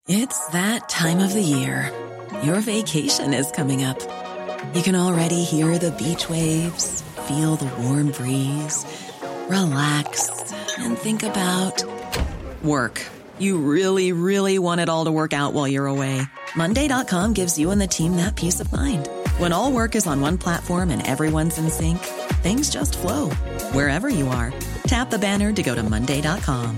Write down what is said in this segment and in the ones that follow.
It's that time of the year. Your vacation is coming up. You can already hear the beach waves, feel the warm breeze, relax, and think about work. You really, really want it all to work out while you're away. Monday.com gives you and the team that peace of mind. When all work is on one platform and everyone's in sync, things just flow. Wherever you are, tap the banner to go to Monday.com.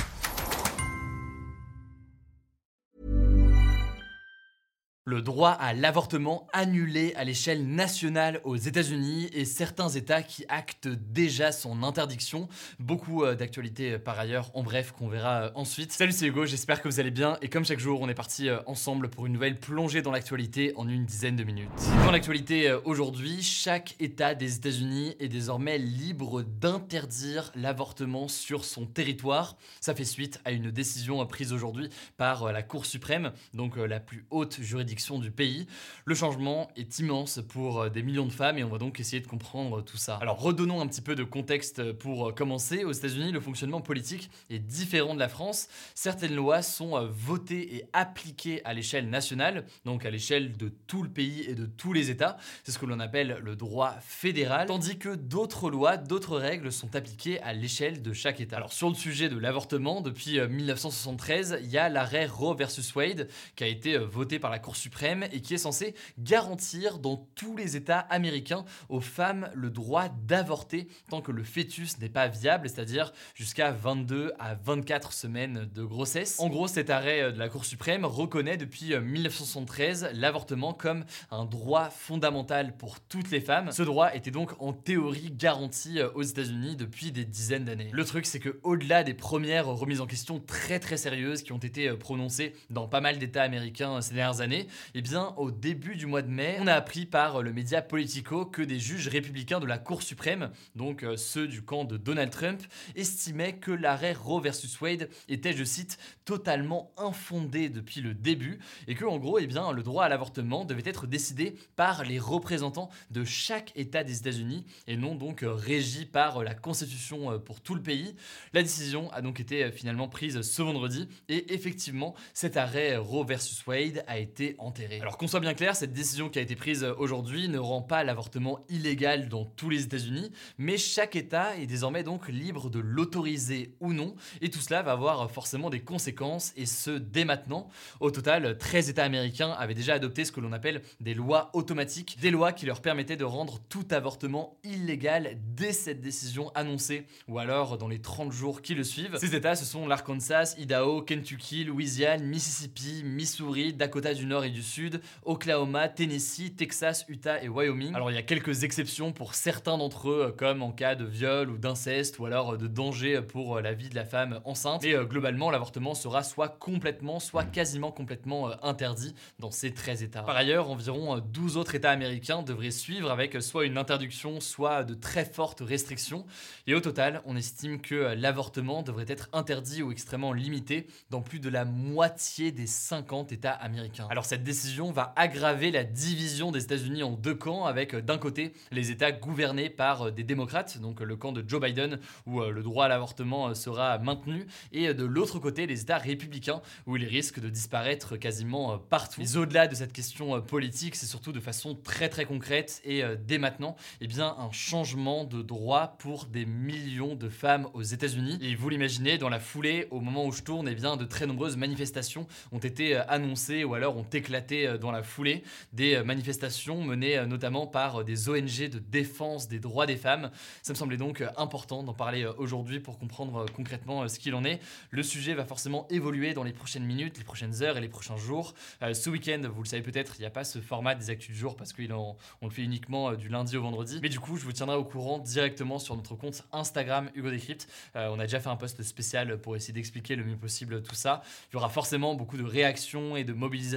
Le droit à l'avortement annulé à l'échelle nationale aux États-Unis et certains États qui actent déjà son interdiction. Beaucoup d'actualités par ailleurs, en bref, qu'on verra ensuite. Salut, c'est Hugo, j'espère que vous allez bien et comme chaque jour, on est parti ensemble pour une nouvelle plongée dans l'actualité en une dizaine de minutes. Dans l'actualité aujourd'hui, chaque État des États-Unis est désormais libre d'interdire l'avortement sur son territoire. Ça fait suite à une décision prise aujourd'hui par la Cour suprême, donc la plus haute juridiction du pays. Le changement est immense pour des millions de femmes et on va donc essayer de comprendre tout ça. Alors redonnons un petit peu de contexte pour commencer. Aux États-Unis, le fonctionnement politique est différent de la France. Certaines lois sont votées et appliquées à l'échelle nationale, donc à l'échelle de tout le pays et de tous les États. C'est ce que l'on appelle le droit fédéral, tandis que d'autres lois, d'autres règles sont appliquées à l'échelle de chaque État. Alors sur le sujet de l'avortement, depuis 1973, il y a l'arrêt Roe versus Wade qui a été voté par la Cour suprême et qui est censé garantir dans tous les États américains aux femmes le droit d'avorter tant que le fœtus n'est pas viable, c'est-à-dire jusqu'à 22 à 24 semaines de grossesse. En gros, cet arrêt de la Cour suprême reconnaît depuis 1973 l'avortement comme un droit fondamental pour toutes les femmes. Ce droit était donc en théorie garanti aux États-Unis depuis des dizaines d'années. Le truc, c'est que au-delà des premières remises en question très sérieuses qui ont été prononcées dans pas mal d'États américains ces dernières années, eh bien, au début du mois de mai, on a appris par le média Politico que des juges républicains de la Cour suprême, donc ceux du camp de Donald Trump, estimaient que l'arrêt Roe versus Wade était, je cite, totalement infondé depuis le début et que, en gros, eh bien, le droit à l'avortement devait être décidé par les représentants de chaque État des États-Unis et non donc régi par la Constitution pour tout le pays. La décision a donc été finalement prise ce vendredi et effectivement, cet arrêt Roe versus Wade a été enterré. Alors qu'on soit bien clair, cette décision qui a été prise aujourd'hui ne rend pas l'avortement illégal dans tous les États-Unis, mais chaque État est désormais donc libre de l'autoriser ou non, et tout cela va avoir forcément des conséquences, et ce dès maintenant. Au total, 13 États américains avaient déjà adopté ce que l'on appelle des lois automatiques, des lois qui leur permettaient de rendre tout avortement illégal dès cette décision annoncée, ou alors dans les 30 jours qui le suivent. Ces États, ce sont l'Arkansas, Idaho, Kentucky, Louisiane, Mississippi, Missouri, Dakota du Nord et du Sud, Oklahoma, Tennessee, Texas, Utah et Wyoming. Alors il y a quelques exceptions pour certains d'entre eux, comme en cas de viol ou d'inceste ou alors de danger pour la vie de la femme enceinte. Mais globalement, l'avortement sera soit complètement, soit quasiment complètement interdit dans ces 13 États. Par ailleurs, environ 12 autres États américains devraient suivre avec soit une interdiction, soit de très fortes restrictions. Et au total, on estime que l'avortement devrait être interdit ou extrêmement limité dans plus de la moitié des 50 États américains. Alors cette décision va aggraver la division des États-Unis en deux camps, avec d'un côté les États gouvernés par des démocrates, donc le camp de Joe Biden où le droit à l'avortement sera maintenu, et de l'autre côté les États républicains où il risque de disparaître quasiment partout. Mais au-delà de cette question politique, c'est surtout de façon très concrète et dès maintenant, eh bien un changement de droit pour des millions de femmes aux États-Unis. Et vous l'imaginez, dans la foulée, au moment où je tourne, eh bien de très nombreuses manifestations ont été annoncées ou alors ont éclaté dans la foulée. Des manifestations menées notamment par des ONG de défense des droits des femmes. Ça me semblait donc important d'en parler aujourd'hui pour comprendre concrètement ce qu'il en est. Le sujet va forcément évoluer dans les prochaines minutes, les prochaines heures et les prochains jours. Ce week-end, vous le savez peut-être, il n'y a pas ce format des actus du jour parce qu'on le fait uniquement du lundi au vendredi. Mais du coup, je vous tiendrai au courant directement sur notre compte Instagram Hugo Décrypte. On a déjà fait un post spécial pour essayer d'expliquer le mieux possible tout ça. Il y aura forcément beaucoup de réactions et de mobilisation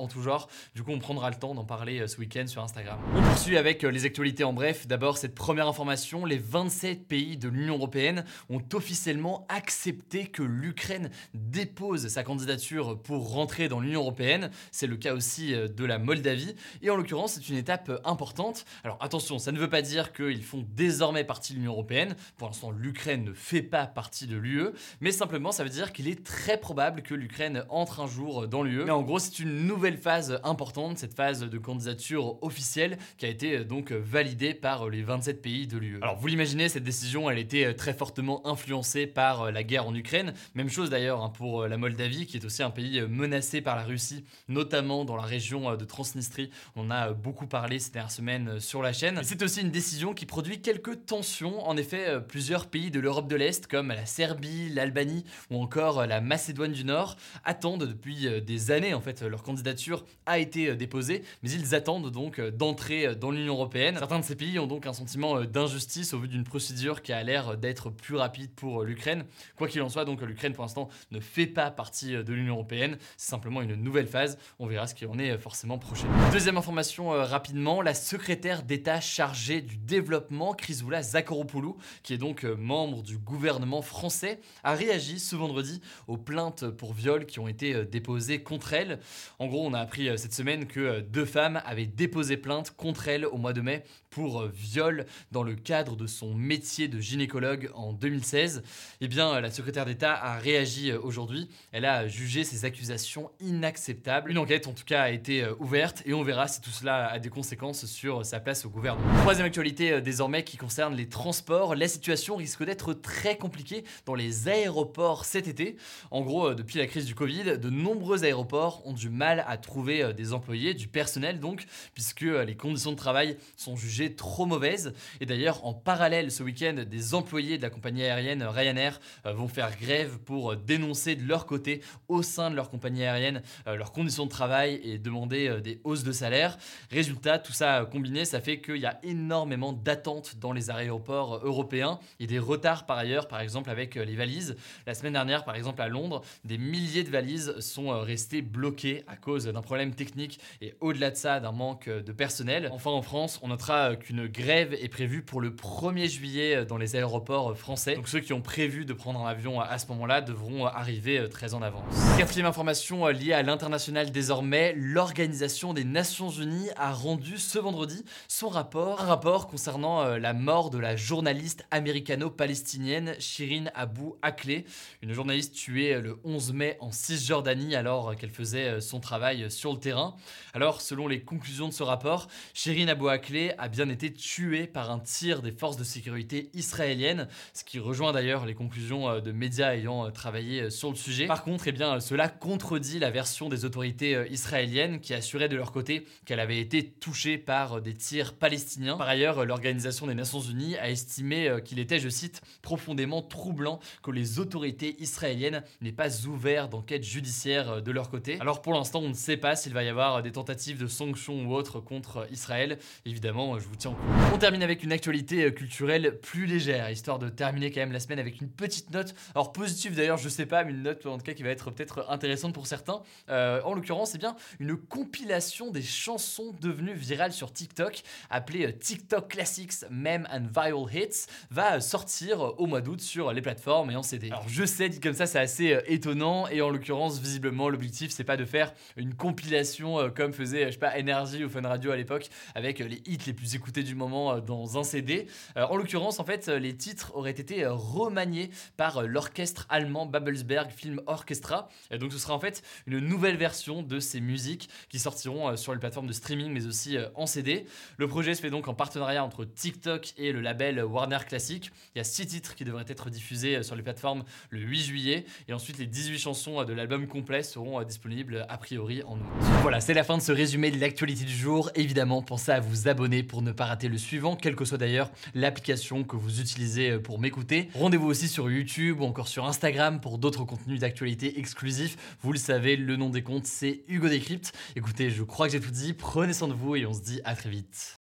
en tout genre. Du coup, on prendra le temps d'en parler ce week-end sur Instagram. On poursuit avec les actualités en bref. D'abord, cette première information, les 27 pays de l'Union européenne ont officiellement accepté que l'Ukraine dépose sa candidature pour rentrer dans l'Union européenne. C'est le cas aussi de la Moldavie. Et en l'occurrence, c'est une étape importante. Alors attention, ça ne veut pas dire qu'ils font désormais partie de l'Union européenne. Pour l'instant, l'Ukraine ne fait pas partie de l'UE. Mais simplement, ça veut dire qu'il est très probable que l'Ukraine entre un jour dans l'UE. Mais en gros, c'est une nouvelle phase importante, cette phase de candidature officielle qui a été donc validée par les 27 pays de l'UE. Alors vous l'imaginez, cette décision, elle était très fortement influencée par la guerre en Ukraine. Même chose d'ailleurs pour la Moldavie, qui est aussi un pays menacé par la Russie, notamment dans la région de Transnistrie. On en a beaucoup parlé ces dernières semaines sur la chaîne. C'est aussi une décision qui produit quelques tensions. En effet, plusieurs pays de l'Europe de l'Est, comme la Serbie, l'Albanie ou encore la Macédoine du Nord, attendent depuis des années. En fait, leur candidature a été déposée, mais ils attendent donc d'entrer dans l'Union européenne. Certains de ces pays ont donc un sentiment d'injustice au vu d'une procédure qui a l'air d'être plus rapide pour l'Ukraine. Quoi qu'il en soit, donc l'Ukraine pour l'instant ne fait pas partie de l'Union européenne. C'est simplement une nouvelle phase. On verra ce qu'il en est forcément prochainement. Deuxième information rapidement, la secrétaire d'État chargée du développement, Chrysoula Zacharopoulou, qui est donc membre du gouvernement français, a réagi ce vendredi aux plaintes pour viol qui ont été déposées contre elle. En gros, on a appris cette semaine que 2 femmes avaient déposé plainte contre elle au mois de mai pour viol dans le cadre de son métier de gynécologue en 2016. Eh bien, la secrétaire d'État a réagi aujourd'hui. Elle a jugé ces accusations inacceptables. Une enquête, en tout cas, a été ouverte et on verra si tout cela a des conséquences sur sa place au gouvernement. Troisième actualité désormais qui concerne les transports. La situation risque d'être très compliquée dans les aéroports cet été. En gros, depuis la crise du Covid, de nombreux aéroports ont du mal à trouver des employés, du personnel donc, puisque les conditions de travail sont jugées trop mauvaises. Et d'ailleurs, en parallèle, ce week-end, des employés de la compagnie aérienne Ryanair vont faire grève pour dénoncer de leur côté, au sein de leur compagnie aérienne, leurs conditions de travail et demander des hausses de salaire. Résultat, tout ça combiné, ça fait qu'il y a énormément d'attentes dans les aéroports européens et des retards par ailleurs, par exemple avec les valises. La semaine dernière, par exemple à Londres, des milliers de valises sont restées bloquées à cause d'un problème technique et au-delà de ça, d'un manque de personnel. Enfin en France, on notera qu'une grève est prévue pour le 1er juillet dans les aéroports français. Donc ceux qui ont prévu de prendre un avion à ce moment-là devront arriver très en avance. Quatrième information liée à l'international désormais, l'Organisation des Nations Unies a rendu ce vendredi son rapport, un rapport concernant la mort de la journaliste américano-palestinienne Shirin Abu Akleh, une journaliste tuée le 11 mai en Cisjordanie alors qu'elle faisait son travail sur le terrain. Alors selon les conclusions de ce rapport, Shirin Abu Akleh a bien été tuée par un tir des forces de sécurité israéliennes, ce qui rejoint d'ailleurs les conclusions de médias ayant travaillé sur le sujet. Par contre, eh bien, cela contredit la version des autorités israéliennes qui assuraient de leur côté qu'elle avait été touchée par des tirs palestiniens. Par ailleurs, l'Organisation des Nations Unies a estimé qu'il était, je cite, profondément troublant que les autorités israéliennes n'aient pas ouvert d'enquête judiciaire de leur côté. Alors pour l'instant, on ne sait pas s'il va y avoir des tentatives de sanctions ou autres contre Israël. Évidemment, je vous tiens au courant. On termine avec une actualité culturelle plus légère, histoire de terminer quand même la semaine avec une petite note. Alors positive d'ailleurs, je sais pas, mais une note en tout cas qui va être peut-être intéressante pour certains. En l'occurrence, c'est bien une compilation des chansons devenues virales sur TikTok, appelée TikTok Classics Meme and Viral Hits, va sortir au mois d'août sur les plateformes et en CD. Alors je sais, dit comme ça, c'est assez étonnant et en l'occurrence, visiblement, l'objectif c'est pas de faire une compilation comme faisait, je sais pas, Energy ou Fun Radio à l'époque, avec les hits les plus écoutés du moment dans un CD. En l'occurrence, en fait, les titres auraient été remaniés par l'orchestre allemand Babelsberg Film Orchestra. Et donc ce sera en fait une nouvelle version de ces musiques qui sortiront sur les plateformes de streaming mais aussi en CD. Le projet se fait donc en partenariat entre TikTok et le label Warner Classic. Il y a 6 titres qui devraient être diffusés sur les plateformes le 8 juillet et ensuite les 18 chansons de l'album complet seront disponibles a priori en août. Voilà, c'est la fin de ce résumé de l'actualité du jour. Évidemment, pensez à vous abonner pour ne pas rater le suivant, quelle que soit d'ailleurs l'application que vous utilisez pour m'écouter. Rendez-vous aussi sur YouTube ou encore sur Instagram pour d'autres contenus d'actualité exclusifs. Vous le savez, le nom des comptes c'est Hugo Décrypte. Écoutez, je crois que j'ai tout dit, prenez soin de vous et on se dit à très vite.